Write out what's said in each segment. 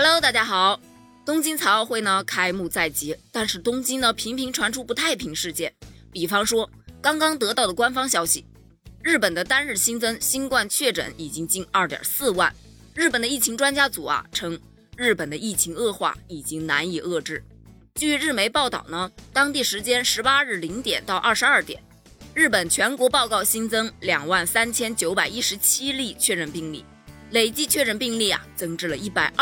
Hello， 大家好。东京残奥会呢开幕在即，但是东京呢频频传出不太平事件。比方说，刚刚得到的官方消息，日本的单日新增新冠确诊已经近 2.4 万。日本的疫情专家组称，日本的疫情恶化已经难以遏制。据日媒报道呢，当地时间18日0点到22点，日本全国报告新增23917例确诊病例。累计确诊病例增至了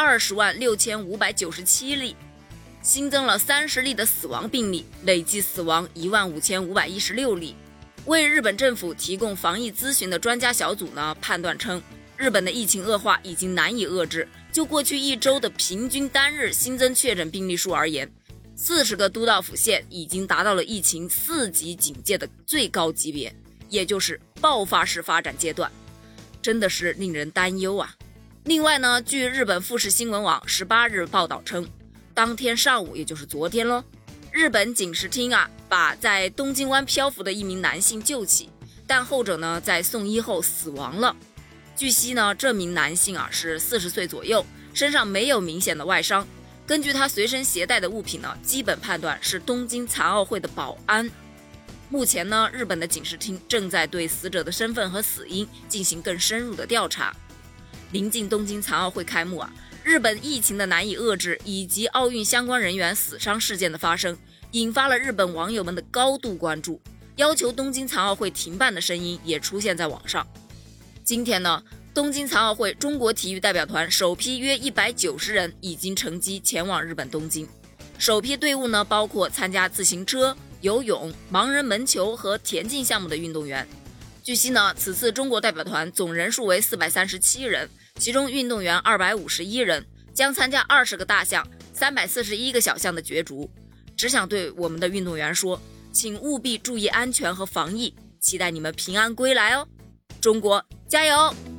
1206597例，新增了30例的死亡病例，累计死亡15516例。为日本政府提供防疫咨询的专家小组呢，判断称，日本的疫情恶化已经难以遏制。就过去一周的平均单日新增确诊病例数而言，40个都道府县已经达到了疫情4级警戒的最高级别，也就是爆发式发展阶段。真的是令人担忧啊！另外呢，据日本富士新闻网18日报道称，当天上午，也就是昨天咯，日本警视厅把在东京湾漂浮的一名男性救起，但后者呢在送医后死亡了。据悉呢，这名男性是40岁左右，身上没有明显的外伤。根据他随身携带的物品呢，基本判断是东京残奥会的保安。目前呢，日本的警视厅正在对死者的身份和死因进行更深入的调查。临近东京残奥会开幕日本疫情的难以遏制，以及奥运相关人员死伤事件的发生，引发了日本网友们的高度关注，要求东京残奥会停办的声音也出现在网上。今天呢，东京残奥会中国体育代表团首批约190人已经乘机前往日本东京。首批队伍呢，包括参加自行车、游泳、盲人门球和田径项目的运动员。据悉呢，此次中国代表团总人数为437人，其中运动员251人，将参加20个大项、341个小项的角逐。只想对我们的运动员说，请务必注意安全和防疫，期待你们平安归来哦！中国加油！